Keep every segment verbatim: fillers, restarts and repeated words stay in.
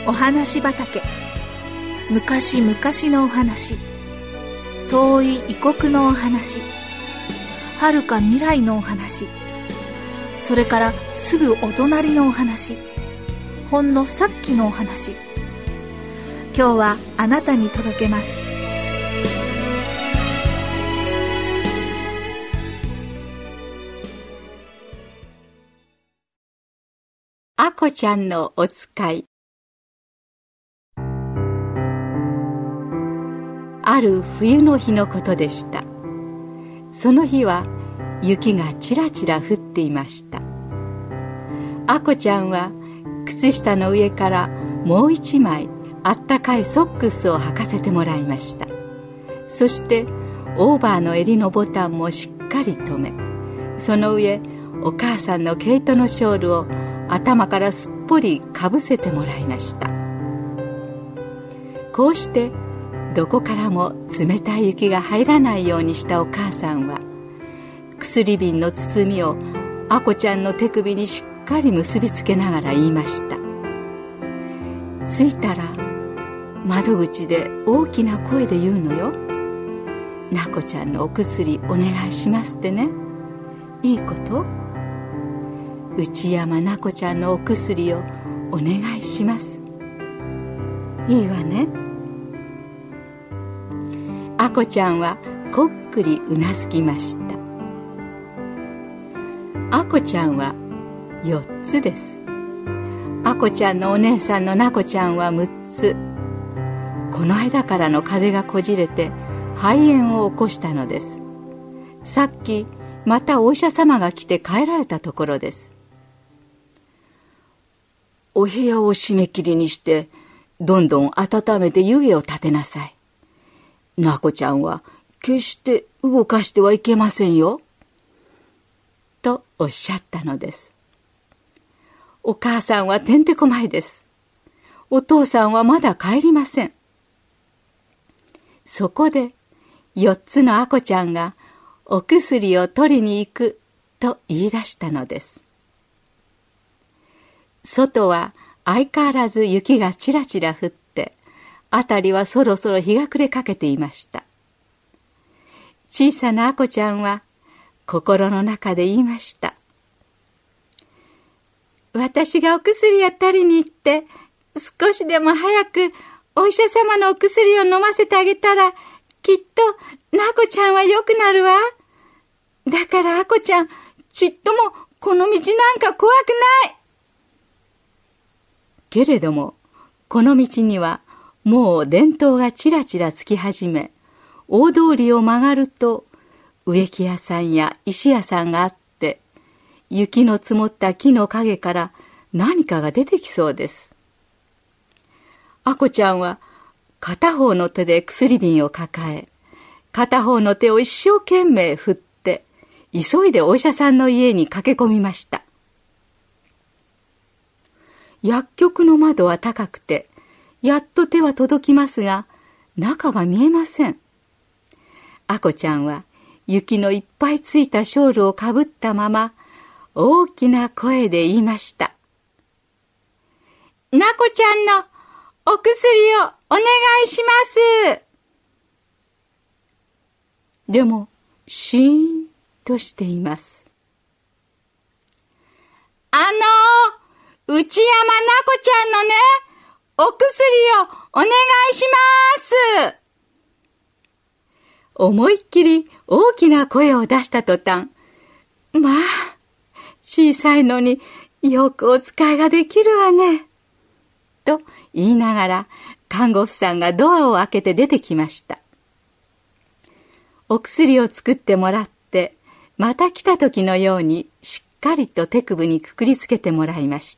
お話畑。昔々のお話、遠い異国のお話、遥か未来のお話、それからすぐお隣のお話、ほんのさっきのお話。今日はあなたに届けます。 あこちゃんのおつかい。ある冬の日のことでした。その日は雪がちらちら降っていました。あこちゃんは靴下の上からもう一枚あったかいソックスを履かせてもらいました。そしてオーバーの襟のボタンもしっかり留め、その上お母さんの毛糸のショールを頭からすっぽりかぶせてもらいました。こうしてどこからも冷たい雪が入らないようにしたお母さんは、薬瓶の包みをあこちゃんの手首にしっかり結びつけながら言いました。着いたら窓口で大きな声で言うのよ。なこちゃんのお薬お願いしますってね。いいこと？内山なこちゃんのお薬をお願いします。いいわね。あこちゃんはこっくりうなずきました。あこちゃんはよっつです。あこちゃんのお姉さんのなこちゃんはむっつ。この間からの風邪がこじれて肺炎を起こしたのです。さっきまたお医者様が来て帰られたところです。お部屋を締め切りにしてどんどん温めて湯気を立てなさい。なこちゃんは決して動かしてはいけませんよ。とおっしゃったのです。お母さんはてんてこまいです。お父さんはまだ帰りません。そこでよっつのあこちゃんがお薬を取りに行くと言い出したのです。外は相変わらず雪がちらちら降って、あたりはそろそろ日が暮れかけていました。小さなあこちゃんは心の中で言いました。私がお薬を取りに行って、少しでも早くお医者様のお薬を飲ませてあげたら、きっとなこちゃんは良くなるわ。だからあこちゃん、ちっともこの道なんか怖くない。けれども、この道にはもう電灯がちらちらつき始め、大通りを曲がると植木屋さんや石屋さんがあって、雪の積もった木の陰から何かが出てきそうです。あこちゃんは片方の手で薬瓶を抱え、片方の手を一生懸命振って、急いでお医者さんの家に駆け込みました。薬局の窓は高くて、やっと手は届きますが、中が見えません。あこちゃんは雪のいっぱいついたショールをかぶったまま、大きな声で言いました。なこちゃんのお薬をお願いします。でも、シーンとしています。あのー、内山なこちゃんのね、お薬をお願いします。思いっきり大きな声を出した途端、まあ、小さいのによくお使いができるわね。と言いながら、看護婦さんがドアを開けて出てきました。お薬を作ってもらって、また来た時のようにしっかりと手首にくくりつけてもらいました。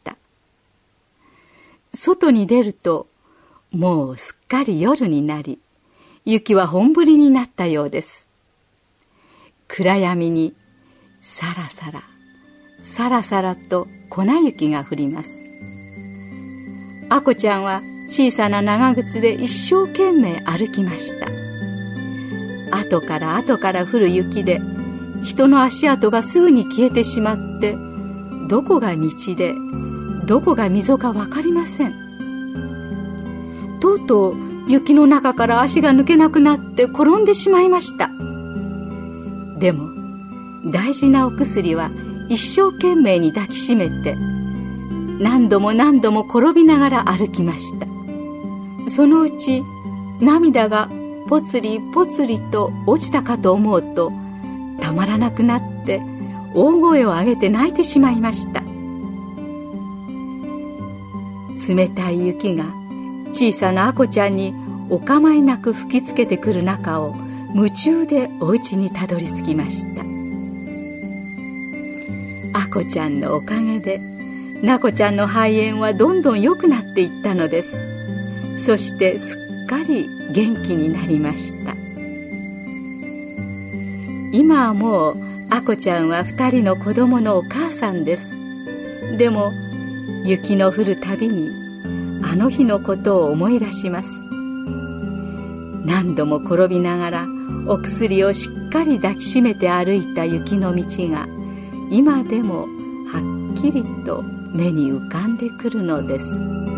外に出ると、もうすっかり夜になり、雪は本降りになったようです。暗闇にさらさら、さらさらと粉雪が降ります。あこちゃんは小さな長靴で一生懸命歩きました。後から後から降る雪で、人の足跡がすぐに消えてしまって、どこが道でどこが溝かわかりません。 とうとう雪の中から足が抜けなくなって転んでしまいました。でも大事なお薬は一生懸命に抱きしめて、何度も何度も転びながら歩きました。そのうち涙がぽつりぽつりと落ちたかと思うと、たまらなくなって大声を上げて泣いてしまいました。冷たい雪が小さなあこちゃんにお構いなく吹きつけてくる中を夢中でお家にたどり着きました。あこちゃんのおかげでなこちゃんの肺炎はどんどん良くなっていったのです。そしてすっかり元気になりました。今はもうあこちゃんは二人の子供のお母さんです。でも雪の降るたびにあの日のことを思い出します。何度も転びながらお薬をしっかり抱きしめて歩いた雪の道が今でもはっきりと目に浮かんでくるのです。